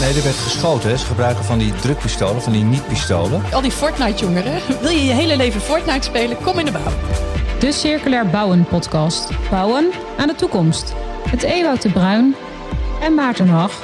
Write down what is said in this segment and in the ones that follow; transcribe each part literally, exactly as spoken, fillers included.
Nee, er werd geschoten. Hè. Ze gebruiken van die drukpistolen, van die niet-pistolen. Al die Fortnite-jongeren. Wil je je hele leven Fortnite spelen? Kom in de bouw. De Circulair Bouwen podcast. Bouwen aan de toekomst. Met Ewout de Bruin en Maarten Hag.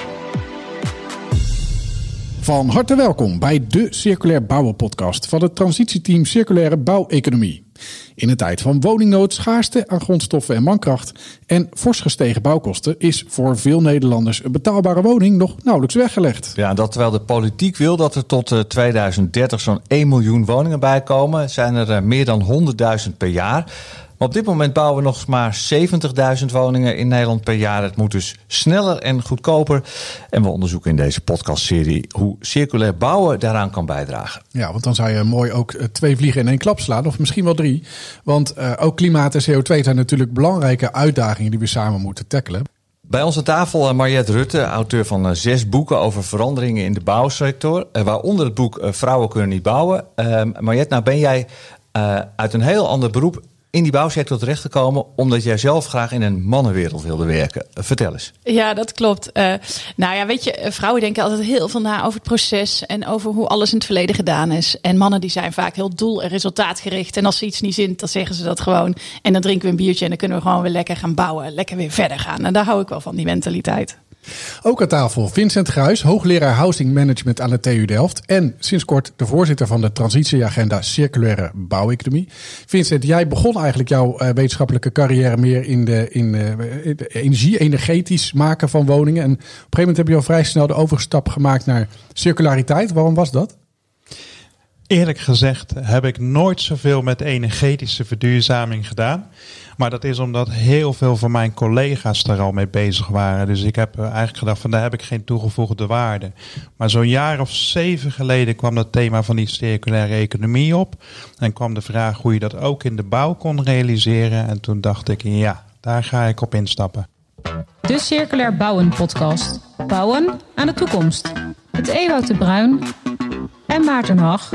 Van harte welkom bij de Circulair Bouwen podcast van het transitieteam Circulaire Bouweconomie. In een tijd van woningnood, schaarste aan grondstoffen en mankracht en fors gestegen bouwkosten is voor veel Nederlanders een betaalbare woning nog nauwelijks weggelegd. Ja, dat terwijl de politiek wil dat er tot uh, tweeduizend dertig zo'n één miljoen woningen bij komen, zijn er uh, meer dan honderdduizend per jaar. Maar op dit moment bouwen we nog maar zeventigduizend woningen in Nederland per jaar. Het moet dus sneller en goedkoper. En we onderzoeken in deze podcastserie hoe circulair bouwen daaraan kan bijdragen. Ja, want dan zou je mooi ook twee vliegen in één klap slaan. Of misschien wel drie. Want uh, ook klimaat en C O twee zijn natuurlijk belangrijke uitdagingen die we samen moeten tackelen. Bij ons aan tafel Mariette Rutte, auteur van uh, zes boeken over veranderingen in de bouwsector. Uh, waaronder het boek uh, Vrouwen kunnen niet bouwen. Uh, Mariette, nou ben jij uh, uit een heel ander beroep in die bouwsector terechtgekomen omdat jij zelf graag in een mannenwereld wilde werken. Vertel eens. Ja, dat klopt. Uh, nou ja, weet je, vrouwen denken altijd heel veel na over het proces en over hoe alles in het verleden gedaan is. En mannen die zijn vaak heel doel- en resultaatgericht. En als ze iets niet zint, dan zeggen ze dat gewoon. En dan drinken we een biertje en dan kunnen we gewoon weer lekker gaan bouwen. Lekker weer verder gaan. En daar hou ik wel van, die mentaliteit. Ook aan tafel Vincent Gruijs, hoogleraar Housing Management aan de T U Delft. En sinds kort de voorzitter van de transitieagenda Circulaire Bouweconomie. Vincent, jij begon eigenlijk jouw uh, wetenschappelijke carrière meer in de, in, uh, in de energie, energetisch maken van woningen. En op een gegeven moment heb je al vrij snel de overstap gemaakt naar circulariteit. Waarom was dat? Eerlijk gezegd heb ik nooit zoveel met energetische verduurzaming gedaan. Maar dat is omdat heel veel van mijn collega's daar al mee bezig waren. Dus ik heb eigenlijk gedacht van daar heb ik geen toegevoegde waarde. Maar zo'n jaar of zeven geleden kwam dat thema van die circulaire economie op. En kwam de vraag hoe je dat ook in de bouw kon realiseren. En toen dacht ik ja, daar ga ik op instappen. De Circulair Bouwen podcast. Bouwen aan de toekomst. Met Ewout de Bruin en Maarten Hag.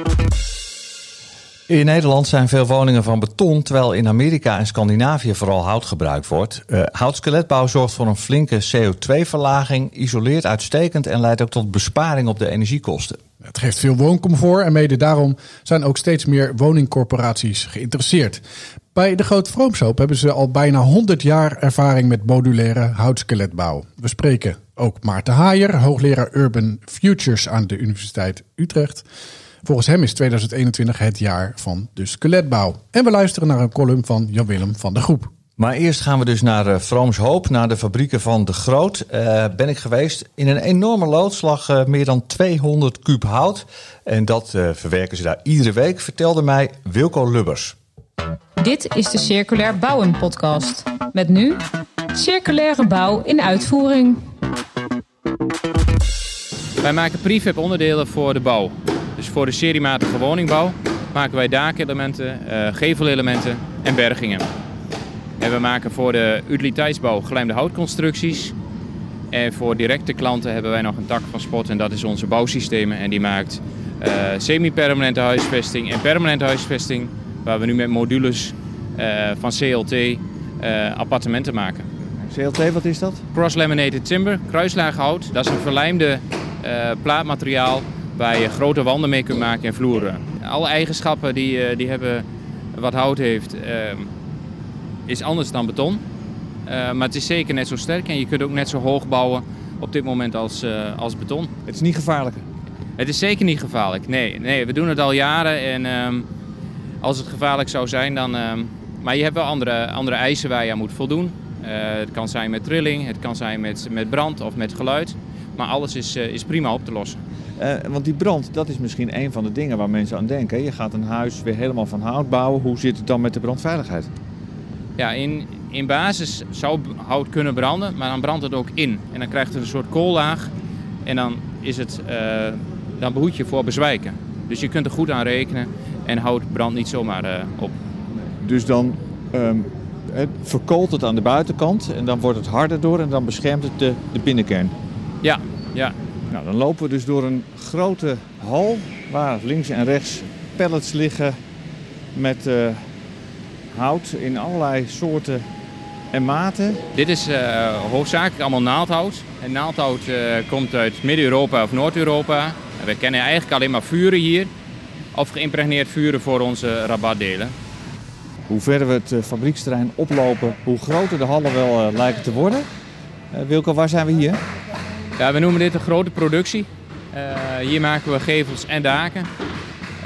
In Nederland zijn veel woningen van beton, terwijl in Amerika en Scandinavië vooral hout gebruikt wordt. Uh, houtskeletbouw zorgt voor een flinke C O twee verlaging, isoleert uitstekend en leidt ook tot besparing op de energiekosten. Het geeft veel wooncomfort en mede daarom zijn ook steeds meer woningcorporaties geïnteresseerd. Bij de Groot Vroomsoop hebben ze al bijna honderd jaar ervaring met modulaire houtskeletbouw. We spreken ook Maarten Haier, hoogleraar Urban Futures aan de Universiteit Utrecht. Volgens hem is tweeduizend eenentwintig het jaar van de skeletbouw. En we luisteren naar een column van Jan-Willem van der Groep. Maar eerst gaan we dus naar uh, Vroomshoop, naar de fabrieken van De Groot. Uh, ben ik geweest in een enorme loodslag, uh, meer dan tweehonderd kuub hout. En dat uh, verwerken ze daar iedere week, vertelde mij Wilco Lubbers. Dit is de Circulair Bouwen podcast. Met nu circulaire bouw in uitvoering. Wij maken prefab onderdelen voor de bouw. Dus voor de seriematige woningbouw maken wij daakelementen, uh, gevelelementen en bergingen. En we maken voor de utiliteitsbouw gelijmde houtconstructies. En voor directe klanten hebben wij nog een tak van Spot en dat is onze bouwsystemen. En die maakt uh, semi-permanente huisvesting en permanente huisvesting, waar we nu met modules uh, van C L T uh, appartementen maken. C L T, wat is dat? Cross-laminated timber, kruislaaghout. Dat is een verlijmde uh, plaatmateriaal waar je grote wanden mee kunt maken en vloeren. Alle eigenschappen die, uh, die hebben wat hout heeft, uh, is anders dan beton. Uh, maar het is zeker net zo sterk en je kunt ook net zo hoog bouwen op dit moment als, uh, als beton. Het is niet gevaarlijk? Het is zeker niet gevaarlijk. Nee, nee we doen het al jaren en um, als het gevaarlijk zou zijn dan... Um, maar je hebt wel andere, andere eisen waar je aan moet voldoen. Uh, het kan zijn met trilling, het kan zijn met, met brand of met geluid. Maar alles is, uh, is prima op te lossen. Uh, want die brand, dat is misschien een van de dingen waar mensen aan denken. Je gaat een huis weer helemaal van hout bouwen. Hoe zit het dan met de brandveiligheid? Ja, in, in basis zou hout kunnen branden, maar dan brandt het ook in. En dan krijgt het een soort koollaag en dan, is het, uh, dan behoed je voor bezwijken. Dus je kunt er goed aan rekenen en hout brandt niet zomaar uh, op. Dus dan um, het verkoolt het aan de buitenkant en dan wordt het harder door en dan beschermt het de, de binnenkern? Ja, ja. Nou, dan lopen we dus door een grote hal waar links en rechts pallets liggen met uh, hout in allerlei soorten En maten? Dit is uh, hoofdzakelijk allemaal naaldhout. En naaldhout uh, komt uit Midden-Europa of Noord-Europa. En we kennen eigenlijk alleen maar vuren hier. Of geïmpregneerd vuren voor onze rabatdelen. Hoe verder we het uh, fabrieksterrein oplopen, hoe groter de hallen wel uh, lijken te worden. Uh, Wilco, waar zijn we hier? Ja, we noemen dit een grote productie. Uh, hier maken we gevels en daken. Uh,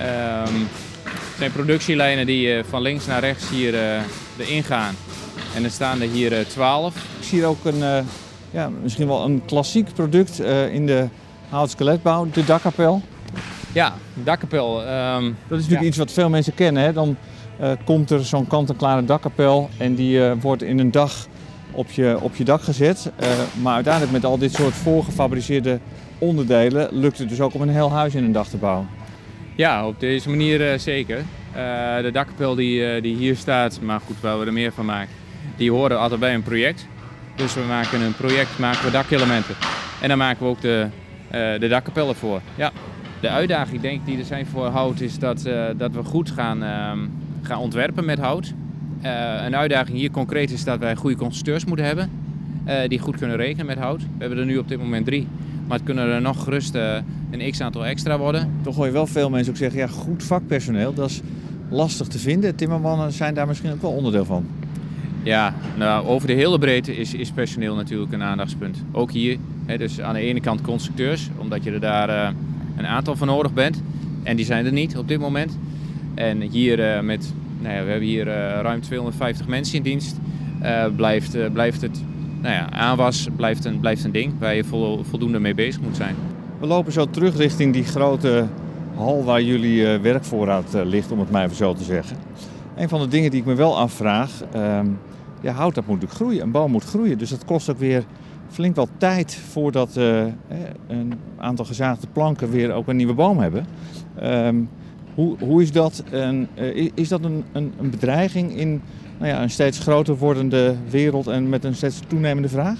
het zijn productielijnen die uh, van links naar rechts hier uh, erin gaan. En er staan er hier twaalf. Uh, Ik zie hier ook een, uh, ja, misschien wel een klassiek product uh, in de houtskeletbouw, de dakkapel. Ja, de dakkapel. Um, dat is natuurlijk ja. iets wat veel mensen kennen. Hè? Dan uh, komt er zo'n kant-en-klare dakkapel en die uh, wordt in een dag op je, op je dak gezet. Uh, maar uiteindelijk met al dit soort voorgefabriceerde onderdelen lukt het dus ook om een heel huis in een dag te bouwen. Ja, op deze manier uh, zeker. Uh, de dakkapel die, uh, die hier staat, maar goed, waar we er meer van maken, die horen altijd bij een project. Dus we maken een project, maken we dakelementen. En dan maken we ook de, uh, de dakkapellen voor. Ja. De uitdaging denk ik die er zijn voor hout is dat, uh, dat we goed gaan, uh, gaan ontwerpen met hout. Uh, een uitdaging hier concreet is dat wij goede constructeurs moeten hebben. Uh, die goed kunnen rekenen met hout. We hebben er nu op dit moment drie. Maar het kunnen er nog gerust uh, een x-aantal extra worden. Toch hoor je wel veel mensen ook zeggen, ja, goed vakpersoneel, dat is lastig te vinden. Timmermannen zijn daar misschien ook wel onderdeel van. Ja, nou, over de hele breedte is, is personeel natuurlijk een aandachtspunt. Ook hier, hè, dus aan de ene kant constructeurs, omdat je er daar uh, een aantal van nodig bent. En die zijn er niet op dit moment. En hier uh, met, nou ja, we hebben hier uh, ruim tweehonderdvijftig mensen in dienst. Uh, blijft, uh, blijft het, nou ja, aanwas blijft een, blijft een ding waar je vol, voldoende mee bezig moet zijn. We lopen zo terug richting die grote hal waar jullie uh, werkvoorraad uh, ligt, om het maar even zo te zeggen. Een van de dingen die ik me wel afvraag, uh, ja, hout dat moet natuurlijk groeien, een boom moet groeien. Dus dat kost ook weer flink wat tijd voordat uh, een aantal gezaagde planken weer ook een nieuwe boom hebben. Um, hoe, hoe is dat? Een, uh, is dat een, een, een bedreiging in nou ja, een steeds groter wordende wereld en met een steeds toenemende vraag?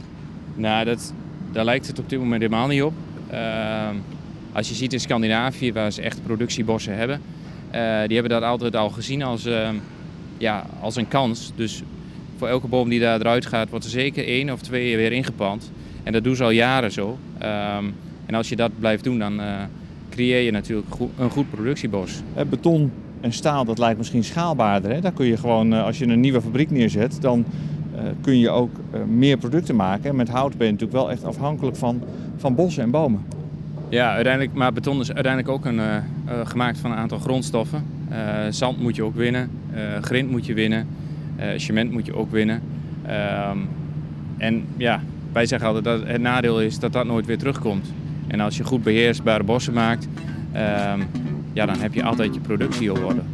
Nou, dat, daar lijkt het op dit moment helemaal niet op. Uh, als je ziet in Scandinavië, waar ze echt productiebossen hebben, uh, die hebben dat altijd al gezien als, uh, ja, als een kans. Dus voor elke boom die daar eruit gaat, wordt er zeker één of twee weer ingeplant. En dat doen ze al jaren zo. Um, en als je dat blijft doen, dan uh, creëer je natuurlijk goed, een goed productiebos. Beton en staal, dat lijkt misschien schaalbaarder. Hè? Daar kun je gewoon, als je een nieuwe fabriek neerzet, dan uh, kun je ook uh, meer producten maken. En met hout ben je natuurlijk wel echt afhankelijk van, van bossen en bomen. Ja, uiteindelijk, maar beton is uiteindelijk ook een, uh, uh, gemaakt van een aantal grondstoffen. Uh, zand moet je ook winnen, uh, grind moet je winnen, uh, cement moet je ook winnen. Um, en ja, wij zeggen altijd dat het nadeel is dat dat nooit weer terugkomt. En als je goed beheersbare bossen maakt, um, ja, dan heb je altijd je productie op orde.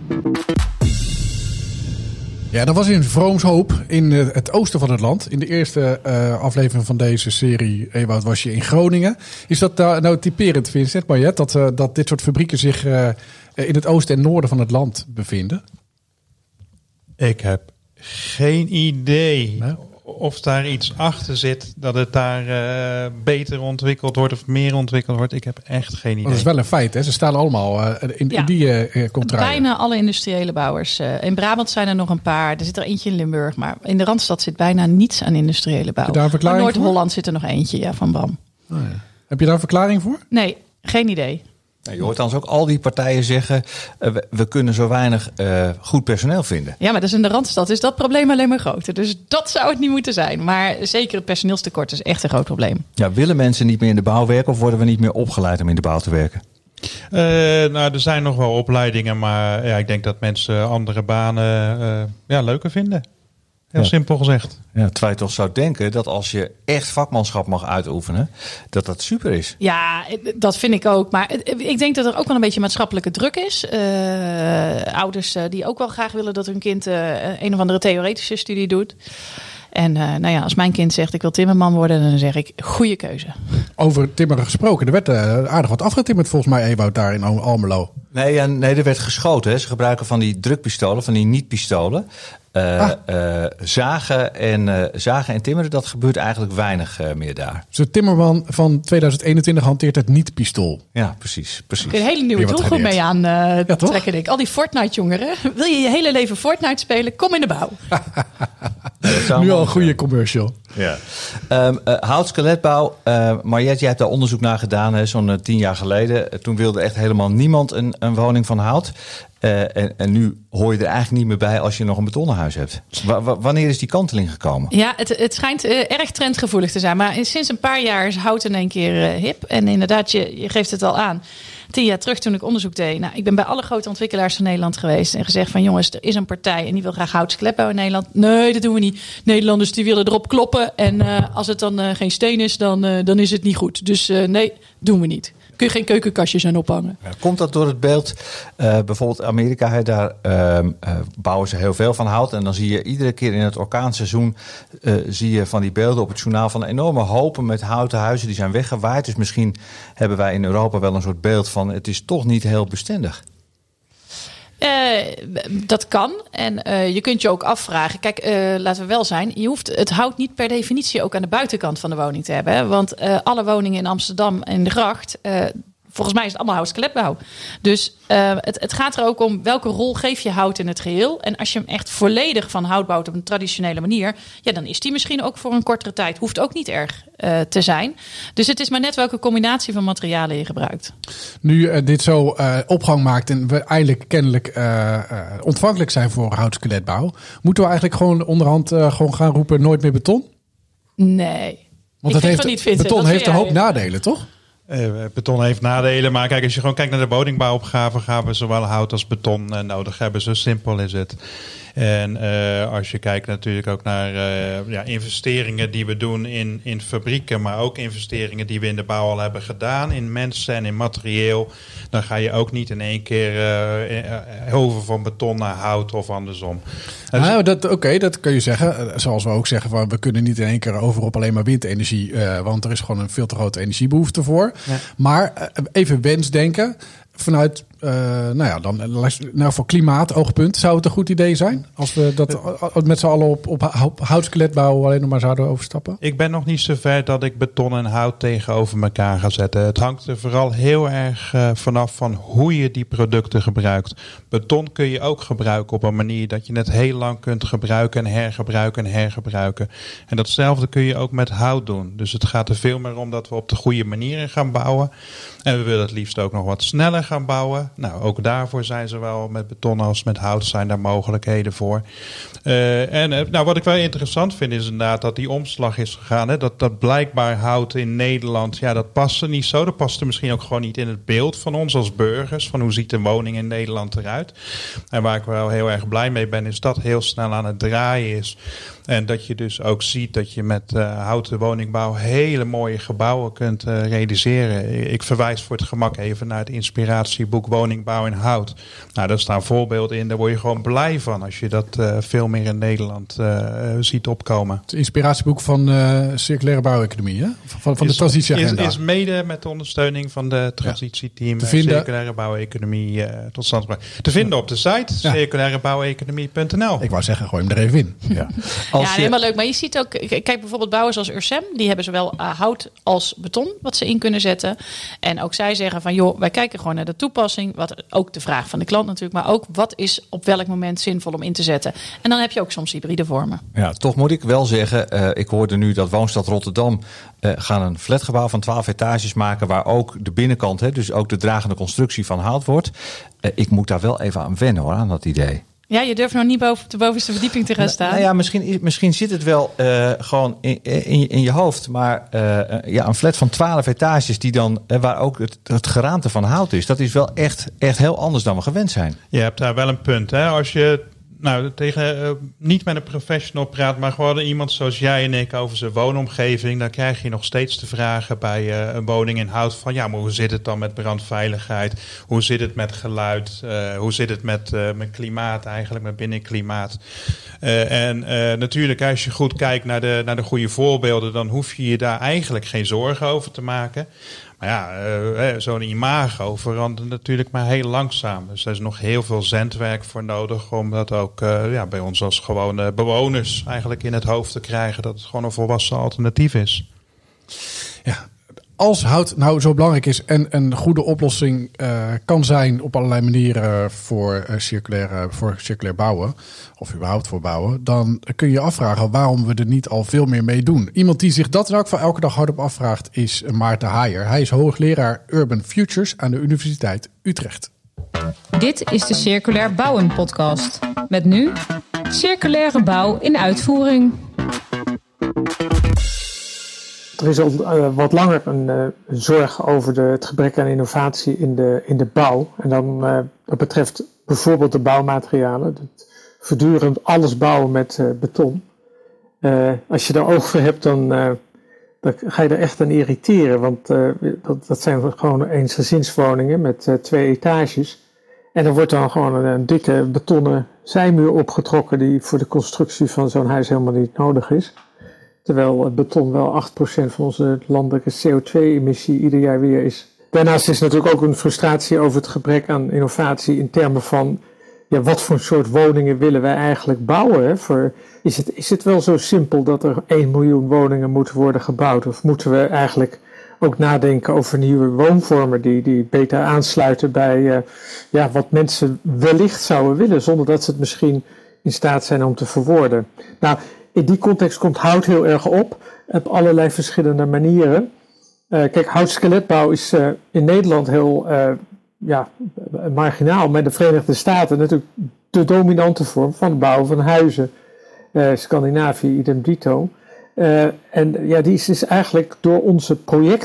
Ja, dat was in Vroomshoop in het oosten van het land. In de eerste uh, aflevering van deze serie, Ewout, was je in Groningen. Is dat uh, nou typerend, Vincent, Mariette, dat, uh, dat dit soort fabrieken zich uh, in het oosten en noorden van het land bevinden? Ik heb geen idee nee? of daar iets achter zit, dat het daar uh, beter ontwikkeld wordt of meer ontwikkeld wordt. Ik heb echt geen idee. Dat is wel een feit, hè? Ze staan allemaal uh, in, ja. in die uh, contraien. Bijna alle industriële bouwers. Uh, in Brabant zijn er nog een paar. Er zit er eentje in Limburg, maar in de Randstad zit bijna niets aan industriële bouw. Maar Noord-Holland zit er nog eentje, ja, van Bram. Oh, ja. Heb je daar een verklaring voor? Nee, geen idee. Je hoort dan ook al die partijen zeggen, uh, we, we kunnen zo weinig uh, goed personeel vinden. Ja, maar dat is in de Randstad is dat probleem alleen maar groter. Dus dat zou het niet moeten zijn. Maar zeker het personeelstekort is echt een groot probleem. Ja, willen mensen niet meer in de bouw werken of worden we niet meer opgeleid om in de bouw te werken? Uh, nou, er zijn nog wel opleidingen, maar ja, ik denk dat mensen andere banen uh, ja, leuker vinden. Heel ja. simpel gezegd. Ja, terwijl je toch zou denken dat als je echt vakmanschap mag uitoefenen, dat dat super is. Ja, dat vind ik ook. Maar ik denk dat er ook wel een beetje maatschappelijke druk is. Uh, ouders uh, die ook wel graag willen dat hun kind uh, een of andere theoretische studie doet. En uh, nou ja, als mijn kind zegt ik wil timmerman worden, dan zeg ik goede keuze. Over timmeren gesproken. Er werd uh, aardig wat afgetimmerd volgens mij, Ewout, daar in Almelo. Nee, ja, nee, er werd geschoten. Hè. Ze gebruiken van die drukpistolen, van die niet-pistolen. Uh, ah. uh, zagen, en, uh, zagen en timmeren, dat gebeurt eigenlijk weinig uh, meer daar. Dus de timmerman van tweeduizend eenentwintig hanteert het niet-pistool. Ja, precies. precies. Kun je een hele nieuwe doelgroep mee aan uh, ja, trekken, denk ik. Al die Fortnite-jongeren. Wil je je hele leven Fortnite spelen? Kom in de bouw. Nu al een goede commercial. Ja. Um, uh, houtskeletbouw. Uh, Mariette, jij hebt daar onderzoek naar gedaan, hè, zo'n uh, tien jaar geleden. Uh, toen wilde echt helemaal niemand een, een woning van hout. Uh, en, en nu hoor je er eigenlijk niet meer bij als je nog een betonnen huis hebt. W- w- wanneer is die kanteling gekomen? Ja, het, het schijnt uh, erg trendgevoelig te zijn. Maar sinds een paar jaar is hout in één keer uh, hip. En inderdaad, je, je geeft het al aan. Tien jaar terug toen ik onderzoek deed. Nou, ik ben bij alle grote ontwikkelaars van Nederland geweest. En gezegd van jongens, er is een partij en die wil graag houtskletbouw in Nederland. Nee, dat doen we niet. Nederlanders die willen erop kloppen. En uh, als het dan uh, geen steen is, dan, uh, dan is het niet goed. Dus uh, nee, doen we niet. Kun je geen keukenkastjes aan ophangen. Ja, komt dat door het beeld? Uh, bijvoorbeeld Amerika, he, daar uh, uh, bouwen ze heel veel van hout. En dan zie je iedere keer in het orkaanseizoen uh, zie je van die beelden op het journaal van enorme hopen met houten huizen die zijn weggewaaid. Dus misschien hebben wij in Europa wel een soort beeld van het is toch niet heel bestendig. Uh, dat kan. En uh, je kunt je ook afvragen. Kijk, uh, laten we wel zijn. Je hoeft het hout niet per definitie ook aan de buitenkant van de woning te hebben. Hè? Want uh, alle woningen in Amsterdam en de gracht... Uh, volgens mij is het allemaal houtskeletbouw. Dus uh, het, het gaat er ook om welke rol geef je hout in het geheel. En als je hem echt volledig van hout bouwt op een traditionele manier... ja, dan is die misschien ook voor een kortere tijd. Hoeft ook niet erg uh, te zijn. Dus het is maar net welke combinatie van materialen je gebruikt. Nu uh, dit zo uh, opgang maakt en we eindelijk kennelijk uh, uh, ontvankelijk zijn voor houtskeletbouw... moeten we eigenlijk gewoon onderhand uh, gewoon gaan roepen nooit meer beton? Nee. Want ik dat heeft, van niet, Vincent. beton dat heeft een hoop nadelen, toch? Uh, beton heeft nadelen, maar kijk, als je gewoon kijkt naar de woningbouwopgave, gaan we zowel hout als beton uh, nodig hebben. Zo simpel is het. En uh, als je kijkt natuurlijk ook naar uh, ja, investeringen die we doen in, in fabrieken, maar ook investeringen die we in de bouw al hebben gedaan, in mensen en in materieel, dan ga je ook niet in één keer uh, over van beton naar hout of andersom. Dus nou, dat, Oké, okay, dat kun je zeggen. Zoals we ook zeggen, van, we kunnen niet in één keer over op alleen maar windenergie, uh, want er is gewoon een veel te grote energiebehoefte voor. Ja. Maar uh, even wensdenken. Vanuit, uh, nou ja, dan nou voor klimaatoogpunt zou het een goed idee zijn als we dat met z'n allen op, op houtskeletbouw alleen nog maar zouden overstappen? Ik ben nog niet zo ver dat ik beton en hout tegenover elkaar ga zetten. Het hangt er vooral heel erg uh, vanaf van hoe je die producten gebruikt. Beton kun je ook gebruiken op een manier dat je het heel lang kunt gebruiken en hergebruiken en hergebruiken. En datzelfde kun je ook met hout doen. Dus het gaat er veel meer om dat we op de goede manieren gaan bouwen. En we willen het liefst ook nog wat sneller gaan bouwen. Nou, ook daarvoor zijn zowel met beton als met hout zijn daar mogelijkheden voor. Uh, en uh, nou, wat ik wel interessant vind is inderdaad dat die omslag is gegaan. Hè? Dat, dat blijkbaar hout in Nederland, ja, dat past er niet zo. Dat past er misschien ook gewoon niet in het beeld van ons als burgers. Van hoe ziet een woning in Nederland eruit. En waar ik wel heel erg blij mee ben, is dat heel snel aan het draaien is. En dat je dus ook ziet dat je met uh, houten woningbouw hele mooie gebouwen kunt uh, realiseren. Ik verwijs voor het gemak even naar het inspiratieboek Woningbouw in Hout. Nou, daar staan voorbeelden in. Daar word je gewoon blij van als je dat uh, veel meer in Nederland uh, ziet opkomen. Het inspiratieboek van uh, circulaire bouweconomie, hè? Van, van is, de transitieagenda. Is, is mede met de ondersteuning van de transitieteam ja. circulaire bouweconomie uh, tot stand gebracht. Te vinden op de site ja. circulaire bouweconomie punt n l. Ik wou zeggen, gooi hem er even in. Ja. Als ja, helemaal leuk. Maar je ziet ook, kijk bijvoorbeeld bouwers als Ursem, die hebben zowel hout als beton wat ze in kunnen zetten. En ook zij zeggen van joh, wij kijken gewoon naar de toepassing. Wat ook de vraag van de klant natuurlijk, maar ook wat is op welk moment zinvol om in te zetten. En dan heb je ook soms hybride vormen. Ja, toch moet ik wel zeggen, uh, ik hoorde nu dat Woonstad Rotterdam uh, gaan een flatgebouw van twaalf etages maken waar ook de binnenkant, hè, dus ook de dragende constructie van hout wordt. Uh, ik moet daar wel even aan wennen hoor, aan dat idee. Ja, je durft nog niet boven de bovenste verdieping te gaan staan. Nou ja, misschien, misschien zit het wel uh, gewoon in, in, in je hoofd. Maar uh, ja, een flat van twaalf etages die dan, uh, waar ook het, het geraamte van hout is. Dat is wel echt, echt heel anders dan we gewend zijn. Je hebt daar wel een punt. Hè? Als je nou, tegen, uh, niet met een professional praat, maar gewoon iemand zoals jij en ik over zijn woonomgeving, dan krijg je nog steeds de vragen bij uh, een woning in hout van ja, maar hoe zit het dan met brandveiligheid? Hoe zit het met geluid? Uh, hoe zit het met, uh, met klimaat eigenlijk, met binnenklimaat? Uh, en uh, natuurlijk, als je goed kijkt naar de, naar de goede voorbeelden, dan hoef je je daar eigenlijk geen zorgen over te maken. Maar ja, uh, zo'n imago verandert natuurlijk maar heel langzaam. Dus er is nog heel veel zendwerk voor nodig om dat ook uh, ja, bij ons als gewone bewoners eigenlijk in het hoofd te krijgen dat het gewoon een volwassen alternatief is. Ja. als hout nou zo belangrijk is en een goede oplossing uh, kan zijn op allerlei manieren voor, uh, circulair, voor circulair bouwen, of überhaupt voor bouwen, dan kun je je afvragen waarom we er niet al veel meer mee doen. Iemand die zich dat ook voor elke dag hardop afvraagt is Maarten Haier. Hij is hoogleraar Urban Futures aan de Universiteit Utrecht. Dit is de Circulair Bouwen podcast. Met nu circulaire bouw in uitvoering. Er is al uh, wat langer een uh, zorg over de, het gebrek aan innovatie in de, in de bouw. En dan uh, dat betreft bijvoorbeeld de bouwmaterialen. Het voortdurend alles bouwen met uh, beton. Uh, als je daar oog voor hebt, dan, uh, dan ga je er echt aan irriteren. Want uh, dat, dat zijn gewoon eensgezinswoningen met uh, twee etages. En er wordt dan gewoon een, een dikke betonnen zijmuur opgetrokken die voor de constructie van zo'n huis helemaal niet nodig is. Terwijl het beton wel acht procent van onze landelijke C O twee emissie ieder jaar weer is. Daarnaast is natuurlijk ook een frustratie over het gebrek aan innovatie in termen van ja, wat voor soort woningen willen wij eigenlijk bouwen. Hè? Voor, is, het, is het wel zo simpel dat er één miljoen woningen moeten worden gebouwd? Of moeten we eigenlijk ook nadenken over nieuwe woonvormen die, die beter aansluiten bij uh, ja, wat mensen wellicht zouden willen, zonder dat ze het misschien in staat zijn om te verwoorden. Nou, in die context komt hout heel erg op, op allerlei verschillende manieren. Uh, kijk, houtskeletbouw is uh, in Nederland heel uh, ja, marginaal, maar in de Verenigde Staten natuurlijk de dominante vorm van het bouwen van huizen. Uh, Scandinavië, idem dito. Uh, en ja, die is dus eigenlijk door onze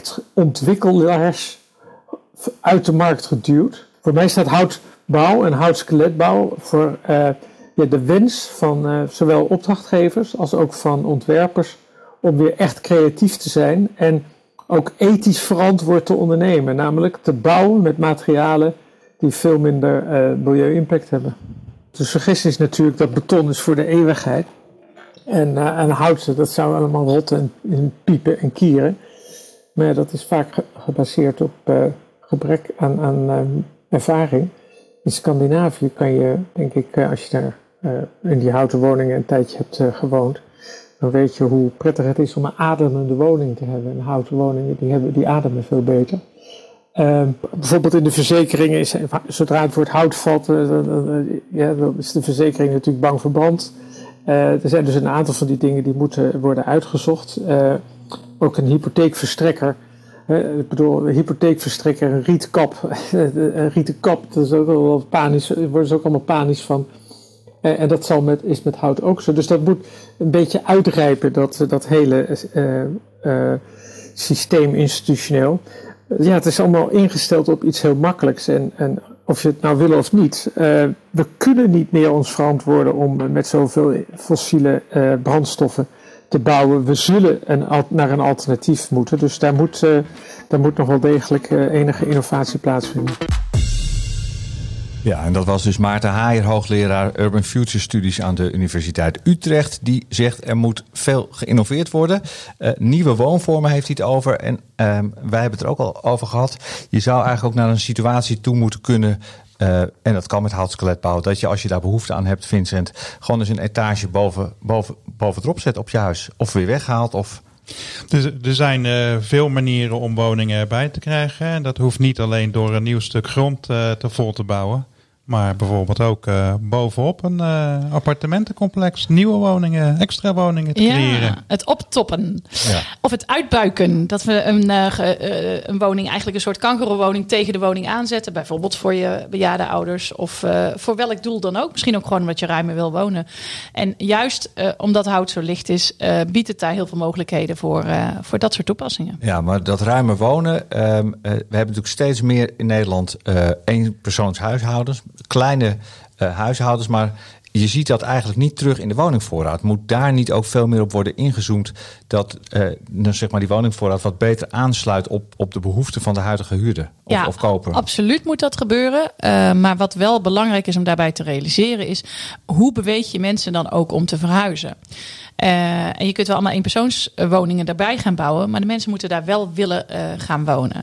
projectontwikkelaars uit de markt geduwd. Voor mij staat houtbouw en houtskeletbouw voor uh, ja, de wens van uh, zowel opdrachtgevers als ook van ontwerpers om weer echt creatief te zijn en ook ethisch verantwoord te ondernemen. Namelijk te bouwen met materialen die veel minder uh, milieu-impact hebben. De suggestie is natuurlijk dat beton is voor de eeuwigheid. En, uh, en hout, dat zou allemaal rotten en, en piepen en kieren. Maar ja, dat is vaak ge- gebaseerd op uh, gebrek aan, aan uh, ervaring. In Scandinavië kan je, denk ik, uh, als je daar uh, in die houten woningen een tijdje hebt uh, gewoond, dan weet je hoe prettig het is om een ademende woning te hebben. En houten woningen, die, hebben, die ademen veel beter. Uh, bijvoorbeeld in de verzekeringen, is, zodra het woord hout valt, uh, uh, uh, ja, dan is de verzekering natuurlijk bang voor brand. Uh, er zijn dus een aantal van die dingen die moeten worden uitgezocht. Uh, ook een hypotheekverstrekker. Uh, ik bedoel, een hypotheekverstrekker, een rietkap. Een rieten kap, dat is ook wel panisch, daar worden ze ook allemaal panisch van. Uh, en dat zal met, is met hout ook zo. Dus dat moet een beetje uitrijpen, dat, dat hele uh, uh, systeem institutioneel. Uh, ja, het is allemaal ingesteld op iets heel makkelijks. En, en of je het nou willen of niet, uh, we kunnen niet meer ons verantwoorden om met zoveel fossiele uh, brandstoffen te bouwen. We zullen een, naar een alternatief moeten. Dus daar moet, uh, daar moet nog wel degelijk uh, enige innovatie plaatsvinden. Ja, en dat was dus Maarten Haier, hoogleraar Urban Future Studies aan de Universiteit Utrecht. Die zegt er moet veel geïnnoveerd worden. Uh, nieuwe woonvormen heeft hij het over. En uh, wij hebben het er ook al over gehad. Je zou eigenlijk ook naar een situatie toe moeten kunnen. Uh, en dat kan met houtskeletbouw. Dat je als je daar behoefte aan hebt, Vincent, gewoon eens een etage boven, boven, bovenop zet op je huis. Of weer weghaalt of... Dus er zijn uh, veel manieren om woningen erbij te krijgen. En dat hoeft niet alleen door een nieuw stuk grond uh, te vol te bouwen. Maar bijvoorbeeld ook uh, bovenop een uh, appartementencomplex. Nieuwe woningen, extra woningen te creëren. Ja, het optoppen. Ja. Of het uitbuiken. Dat we een, uh, uh, een woning, eigenlijk een soort kangerenwoning tegen de woning aanzetten. Bijvoorbeeld voor je bejaarde ouders. Of uh, voor welk doel dan ook. Misschien ook gewoon omdat je ruimer wil wonen. En juist uh, omdat hout zo licht is, uh, biedt het daar heel veel mogelijkheden voor, uh, voor dat soort toepassingen. Ja, maar dat ruime wonen. Um, uh, we hebben natuurlijk steeds meer in Nederland uh, eenpersoonshuishoudens. Kleine uh, huishoudens, maar je ziet dat eigenlijk niet terug in de woningvoorraad. Moet daar niet ook veel meer op worden ingezoomd dat uh, nou zeg maar die woningvoorraad wat beter aansluit op, op de behoeften van de huidige huurder of, ja, of koper? Absoluut moet dat gebeuren. Uh, maar wat wel belangrijk is om daarbij te realiseren is, hoe beweeg je mensen dan ook om te verhuizen? Uh, en je kunt wel allemaal eenpersoonswoningen daarbij gaan bouwen, maar de mensen moeten daar wel willen uh, gaan wonen.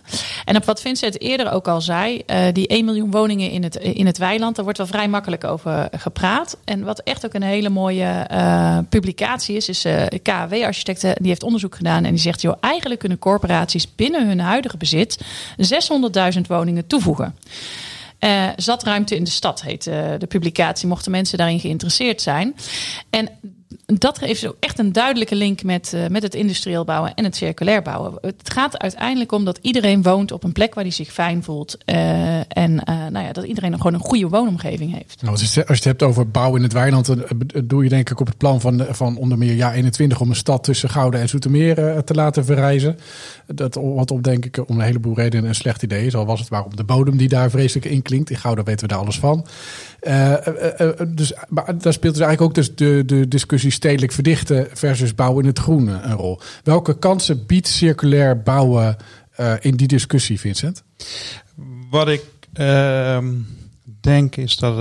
En op wat Vincent eerder ook al zei, uh, die één miljoen woningen in het, in het weiland, daar wordt wel vrij makkelijk over gepraat. En wat echt ook een hele mooie uh, publicatie is, is uh, K W Architecten, die heeft onderzoek gedaan en die zegt, joh, eigenlijk kunnen corporaties binnen hun huidige bezit zeshonderdduizend woningen toevoegen. Uh, Zatruimte in de stad heet uh, de publicatie, mochten mensen daarin geïnteresseerd zijn. En dat heeft ook echt een duidelijke link met, uh, met het industrieel bouwen en het circulair bouwen. Het gaat uiteindelijk om dat iedereen woont op een plek waar hij zich fijn voelt. Uh, en uh, nou ja, dat iedereen gewoon een goede woonomgeving heeft. Nou, als je het hebt over bouwen in het weiland, dan doe je denk ik op het plan van, van onder meer jaar eenentwintig om een stad tussen Gouda en Zoetermeer uh, te laten verrijzen. Dat wat op denk ik om een heleboel redenen een slecht idee is. Al was het maar om de bodem die daar vreselijk in klinkt. In Gouda weten we daar alles van. Uh, uh, uh, dus, maar daar speelt dus eigenlijk ook dus de, de discussie stedelijk verdichten versus bouwen in het groen een rol. Welke kansen biedt circulair bouwen uh, in die discussie, Vincent? Wat ik uh, denk is dat uh,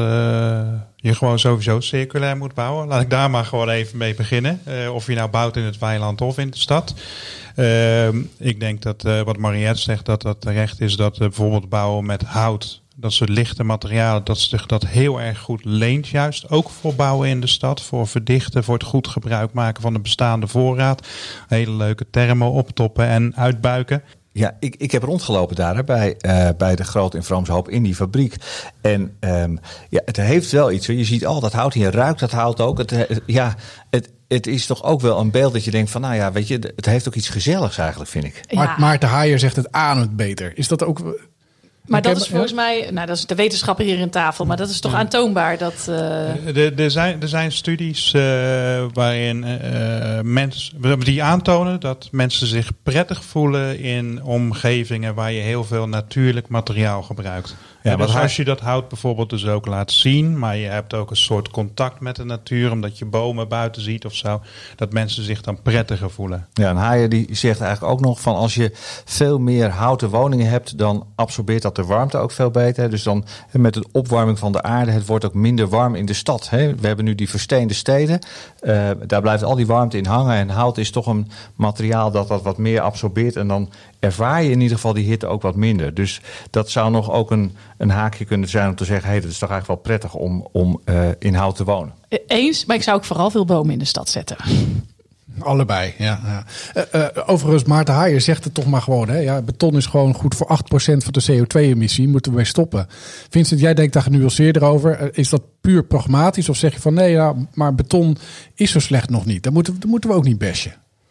je gewoon sowieso circulair moet bouwen. Laat ik daar maar gewoon even mee beginnen. Uh, of je nou bouwt in het weiland of in de stad. Uh, ik denk dat uh, wat Mariette zegt, dat dat terecht is dat uh, bijvoorbeeld bouwen met hout, dat soort lichte materialen, dat zich dat heel erg goed leent juist. Ook voor bouwen in de stad, voor verdichten, voor het goed gebruik maken van de bestaande voorraad. Hele leuke termen optoppen en uitbuiken. Ja, ik, ik heb rondgelopen daar hè, bij, uh, bij de Groot in Vroomshoop in die fabriek. En um, ja, het heeft wel iets. Hoor. Je ziet al dat hout, je ruikt dat hout ook. Het, het, ja, het, het is toch ook wel een beeld dat je denkt van, nou ja, weet je, het heeft ook iets gezelligs eigenlijk, vind ik. Ja. Maar Maarten Haier zegt het ademt beter. Is dat ook... Maar dat is volgens mij, nou dat is de wetenschapper hier in tafel, maar dat is toch aantoonbaar dat... Uh... Er, er, zijn, er zijn studies uh, waarin uh, mensen die aantonen dat mensen zich prettig voelen in omgevingen waar je heel veel natuurlijk materiaal gebruikt. Ja, ja, dus hij... als je dat hout bijvoorbeeld dus ook laat zien, maar je hebt ook een soort contact met de natuur, omdat je bomen buiten ziet of zo, dat mensen zich dan prettiger voelen. Ja, en Haier die zegt eigenlijk ook nog van als je veel meer houten woningen hebt, dan absorbeert dat de warmte ook veel beter. Dus dan met de opwarming van de aarde, het wordt ook minder warm in de stad. Hè. We hebben nu die versteende steden. Uh, daar blijft al die warmte in hangen. En hout is toch een materiaal dat dat wat meer absorbeert. En dan ervaar je in ieder geval die hitte ook wat minder. Dus dat zou nog ook een, een haakje kunnen zijn om te zeggen, hey, dat is toch eigenlijk wel prettig om, om uh, in hout te wonen. Eens, maar ik zou ook vooral veel bomen in de stad zetten. Allebei, ja. ja. Uh, uh, overigens, Maarten Haier zegt het toch maar gewoon. Hè? Ja, beton is gewoon goed voor acht procent van de C O twee emissie. Moeten we mee stoppen. Vincent, jij denkt daar genuanceerder over. Uh, is dat puur pragmatisch? Of zeg je van nee, ja, maar beton is zo slecht nog niet. Dat moeten, dat moeten we ook niet bashen.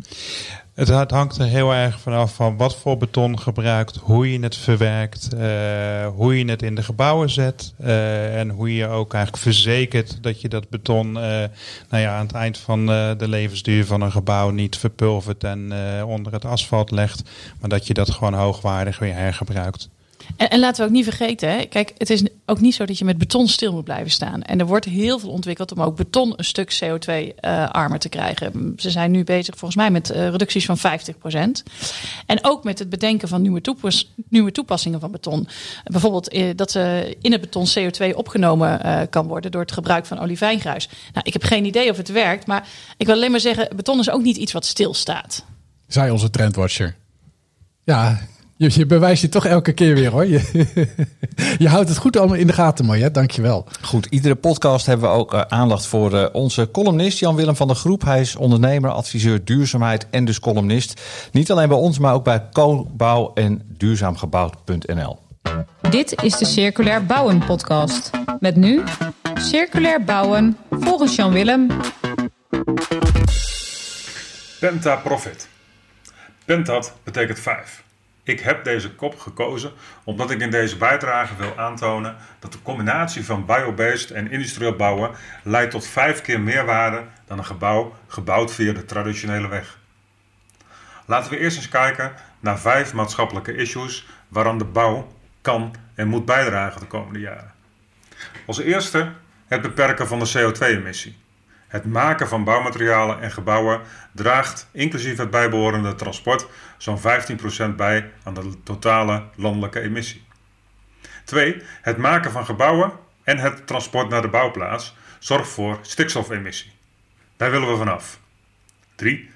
Het hangt er heel erg vanaf van wat voor beton gebruikt, hoe je het verwerkt, uh, hoe je het in de gebouwen zet uh, en hoe je ook eigenlijk verzekert dat je dat beton uh, nou ja, aan het eind van uh, de levensduur van een gebouw niet verpulvert en uh, onder het asfalt legt, maar dat je dat gewoon hoogwaardig weer hergebruikt. En, en laten we ook niet vergeten, hè? Kijk, het is ook niet zo dat je met beton stil moet blijven staan. En er wordt heel veel ontwikkeld om ook beton een stuk C O twee armer te krijgen. Ze zijn nu bezig volgens mij met uh, reducties van vijftig procent. En ook met het bedenken van nieuwe, toepas, nieuwe toepassingen van beton. Bijvoorbeeld uh, dat uh, in het beton C O twee opgenomen uh, kan worden door het gebruik van olivijngruis. Nou, ik heb geen idee of het werkt, maar ik wil alleen maar zeggen, beton is ook niet iets wat stilstaat. Zij onze trendwatcher. Ja, Je, je bewijst je toch elke keer weer, hoor. Je, je houdt het goed allemaal in de gaten, Marja. Dank je wel. Goed, iedere podcast hebben we ook uh, aandacht voor uh, onze columnist Jan-Willem van der Groep. Hij is ondernemer, adviseur duurzaamheid en dus columnist. Niet alleen bij ons, maar ook bij Cobouw en duurzaamgebouwd punt n l. Dit is de Circulair Bouwen podcast. Met nu Circulair Bouwen volgens Jan-Willem. Penta Profit. Pentat betekent vijf. Ik heb deze kop gekozen omdat ik in deze bijdrage wil aantonen dat de combinatie van biobased en industrieel bouwen leidt tot vijf keer meer waarde dan een gebouw gebouwd via de traditionele weg. Laten we eerst eens kijken naar vijf maatschappelijke issues waaraan de bouw kan en moet bijdragen de komende jaren. Als eerste het beperken van de C O twee emissie. Het maken van bouwmaterialen en gebouwen draagt, inclusief het bijbehorende transport, zo'n vijftien procent bij aan de totale landelijke emissie. Twee. Het maken van gebouwen en het transport naar de bouwplaats zorgt voor stikstofemissie. Daar willen we vanaf. Drie.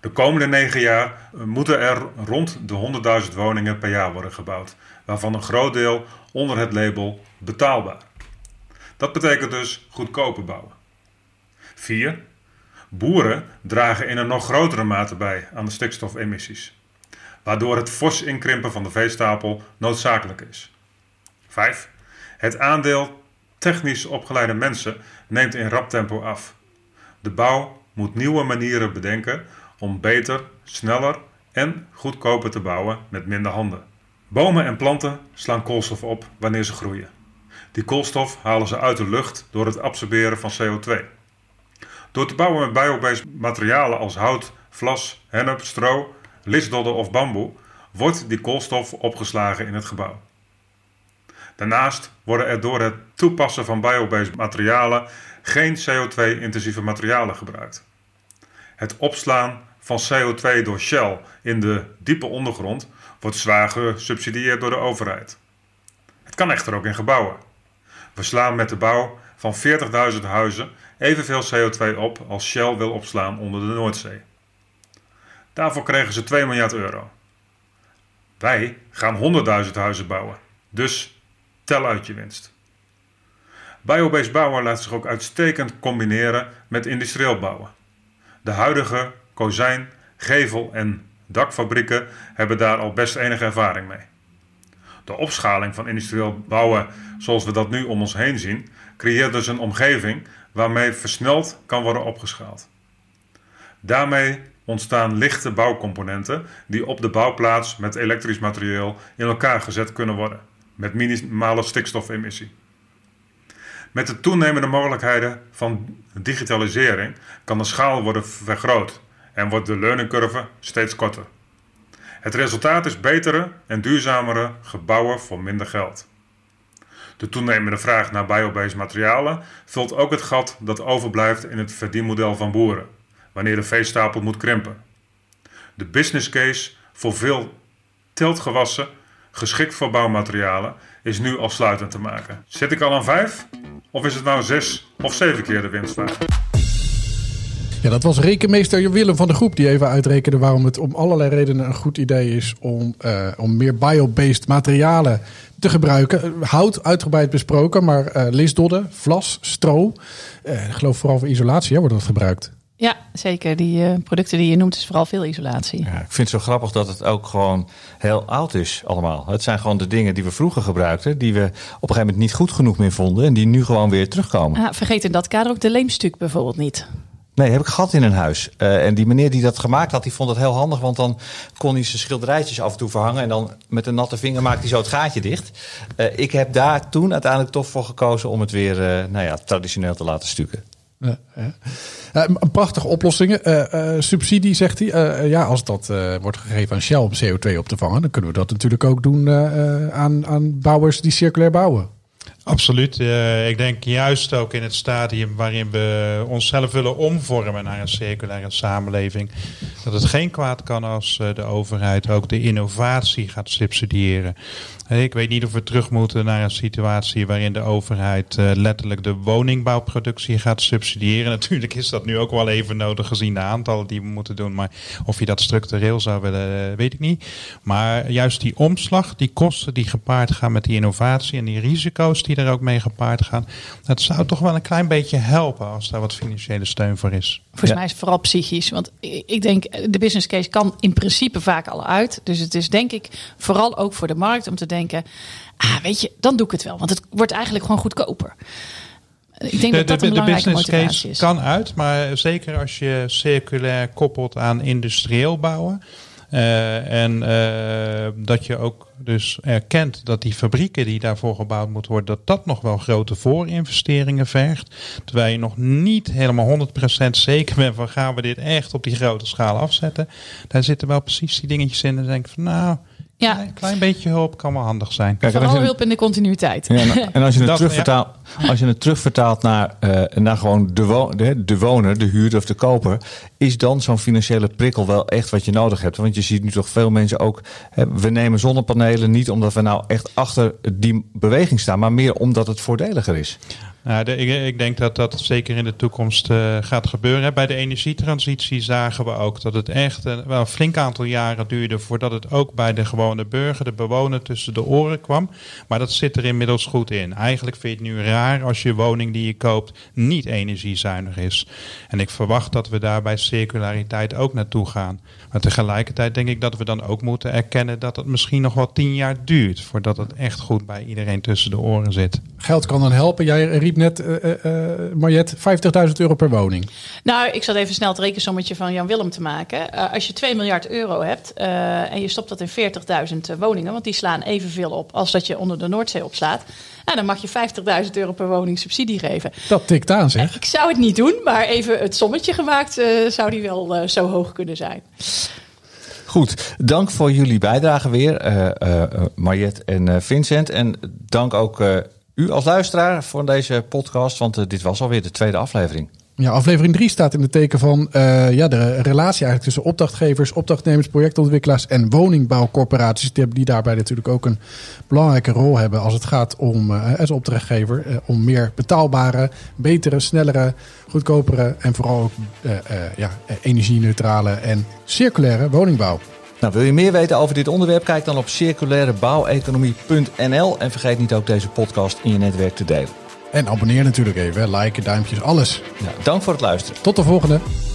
De komende negen jaar moeten er rond de honderdduizend woningen per jaar worden gebouwd, waarvan een groot deel onder het label betaalbaar. Dat betekent dus goedkoper bouwen. vier. Boeren dragen in een nog grotere mate bij aan de stikstofemissies, waardoor het fors inkrimpen van de veestapel noodzakelijk is. vijf. Het aandeel technisch opgeleide mensen neemt in rap tempo af. De bouw moet nieuwe manieren bedenken om beter, sneller en goedkoper te bouwen met minder handen. Bomen en planten slaan koolstof op wanneer ze groeien. Die koolstof halen ze uit de lucht door het absorberen van C O twee. Door te bouwen met biobased materialen als hout, vlas, hennep, stro, lisdodden of bamboe wordt die koolstof opgeslagen in het gebouw. Daarnaast worden er door het toepassen van biobased materialen geen C O twee intensieve materialen gebruikt. Het opslaan van C O twee door Shell in de diepe ondergrond wordt zwaar gesubsidieerd door de overheid. Het kan echter ook in gebouwen. We slaan met de bouw van veertigduizend huizen evenveel C O twee op als Shell wil opslaan onder de Noordzee. Daarvoor kregen ze twee miljard euro. Wij gaan honderdduizend huizen bouwen, dus tel uit je winst. Biobased bouwen laat zich ook uitstekend combineren met industrieel bouwen. De huidige kozijn, gevel en dakfabrieken hebben daar al best enige ervaring mee. De opschaling van industrieel bouwen zoals we dat nu om ons heen zien, creëert dus een omgeving waarmee versneld kan worden opgeschaald. Daarmee ontstaan lichte bouwcomponenten die op de bouwplaats met elektrisch materieel in elkaar gezet kunnen worden, met minimale stikstofemissie. Met de toenemende mogelijkheden van digitalisering kan de schaal worden vergroot en wordt de learning curve steeds korter. Het resultaat is betere en duurzamere gebouwen voor minder geld. De toenemende vraag naar biobased materialen vult ook het gat dat overblijft in het verdienmodel van boeren, wanneer de veestapel moet krimpen. De business case voor veel teltgewassen, geschikt voor bouwmaterialen, is nu al sluitend te maken. Zit ik al aan vijf? Of is het nou zes of zeven keer de winstwaarde? Ja, dat was rekenmeester Willem van de Groep die even uitrekende waarom het om allerlei redenen een goed idee is om, uh, om meer biobased materialen te gebruiken. Hout uitgebreid besproken, maar uh, lisdodden, vlas, stro. Uh, ik geloof vooral voor isolatie hè, wordt dat gebruikt. Ja, zeker. Die uh, producten die je noemt is vooral veel isolatie. Ja, ik vind het zo grappig dat het ook gewoon heel oud is allemaal. Het zijn gewoon de dingen die we vroeger gebruikten, die we op een gegeven moment niet goed genoeg meer vonden en die nu gewoon weer terugkomen. Ah, vergeet in dat kader ook de leemstuk bijvoorbeeld niet. Nee, heb ik gehad in een huis. Uh, en die meneer die dat gemaakt had, die vond het heel handig. Want dan kon hij zijn schilderijtjes af en toe verhangen. En dan met een natte vinger maakte hij zo het gaatje dicht. Uh, ik heb daar toen uiteindelijk toch voor gekozen om het weer uh, nou ja, traditioneel te laten stukken. Ja, ja. Uh, een prachtige oplossing. Uh, uh, subsidie, zegt hij. Uh, ja, als dat uh, wordt gegeven aan Shell om C O twee op te vangen, dan kunnen we dat natuurlijk ook doen uh, uh, aan, aan bouwers die circulair bouwen. Absoluut. Uh, ik denk juist ook in het stadium waarin we onszelf willen omvormen naar een circulaire samenleving, dat het geen kwaad kan als uh, de overheid ook de innovatie gaat subsidiëren. Uh, ik weet niet of we terug moeten naar een situatie waarin de overheid uh, letterlijk de woningbouwproductie gaat subsidiëren. Natuurlijk is dat nu ook wel even nodig gezien de aantallen die we moeten doen, maar of je dat structureel zou willen, uh, weet ik niet. Maar juist die omslag, die kosten die gepaard gaan met die innovatie en die risico's die er ook mee gepaard gaan, dat zou toch wel een klein beetje helpen als daar wat financiële steun voor is. Volgens Ja. mij is het vooral psychisch. Want ik denk, de business case kan in principe vaak al uit. Dus het is denk ik vooral ook voor de markt om te denken, ah, weet je, dan doe ik het wel. Want het wordt eigenlijk gewoon goedkoper. Ik denk De, dat dat de, een de belangrijke business motivatie case is. kan uit, maar zeker als je circulair koppelt aan industrieel bouwen. Uh, en uh, dat je ook dus erkent dat die fabrieken die daarvoor gebouwd moeten worden, dat dat nog wel grote voorinvesteringen vergt. Terwijl je nog niet helemaal honderd procent zeker bent van gaan we dit echt op die grote schaal afzetten. Daar zitten wel precies die dingetjes in en dan denk ik van nou, Ja. een klein beetje hulp kan wel handig zijn. Kijk, en als Vooral je, hulp in de continuïteit. ja, en als je het Dat, terugvertaalt, als je het terugvertaalt naar, uh, naar gewoon de, wo- de, de woner, de huurder of de koper, is dan zo'n financiële prikkel wel echt wat je nodig hebt? Want je ziet nu toch veel mensen ook, hè, we nemen zonnepanelen niet omdat we nou echt achter die beweging staan, maar meer omdat het voordeliger is. Nou, de, ik, ik denk dat dat zeker in de toekomst uh, gaat gebeuren. Bij de energietransitie zagen we ook dat het echt uh, wel een flink aantal jaren duurde voordat het ook bij de gewone burger, de bewoner, tussen de oren kwam. Maar dat zit er inmiddels goed in. Eigenlijk vind je het nu raar als je woning die je koopt niet energiezuinig is. En ik verwacht dat we daar bij circulariteit ook naartoe gaan. Maar tegelijkertijd denk ik dat we dan ook moeten erkennen dat het misschien nog wel tien jaar duurt voordat het echt goed bij iedereen tussen de oren zit. Geld kan dan helpen. Jij riep net, uh, uh, Mariette, vijftigduizend euro per woning. Nou, ik zat even snel het rekensommetje van Jan Willem te maken. Uh, als je twee miljard euro hebt uh, en je stopt dat in veertigduizend woningen, want die slaan evenveel op als dat je onder de Noordzee opslaat, nou, dan mag je vijftigduizend euro per woning subsidie geven. Dat tikt aan, zeg. Ik zou het niet doen, maar even het sommetje gemaakt uh, zou die wel uh, zo hoog kunnen zijn. Goed, dank voor jullie bijdrage weer, uh, uh, Mariette en uh, Vincent. En dank ook uh, u als luisteraar voor deze podcast, want uh, dit was alweer de tweede aflevering. Ja, aflevering drie staat in het teken van uh, ja, de relatie eigenlijk tussen opdrachtgevers, opdrachtnemers, projectontwikkelaars en woningbouwcorporaties. Die, die daarbij natuurlijk ook een belangrijke rol hebben als het gaat om, uh, als opdrachtgever, uh, om meer betaalbare, betere, snellere, goedkopere en vooral ook uh, uh, ja, energie-neutrale en circulaire woningbouw. Nou, wil je meer weten over dit onderwerp? Kijk dan op circulaire bouweconomie punt n l en vergeet niet ook deze podcast in je netwerk te delen. En abonneer natuurlijk even, liken, duimpjes, alles. Ja, dank voor het luisteren. Tot de volgende.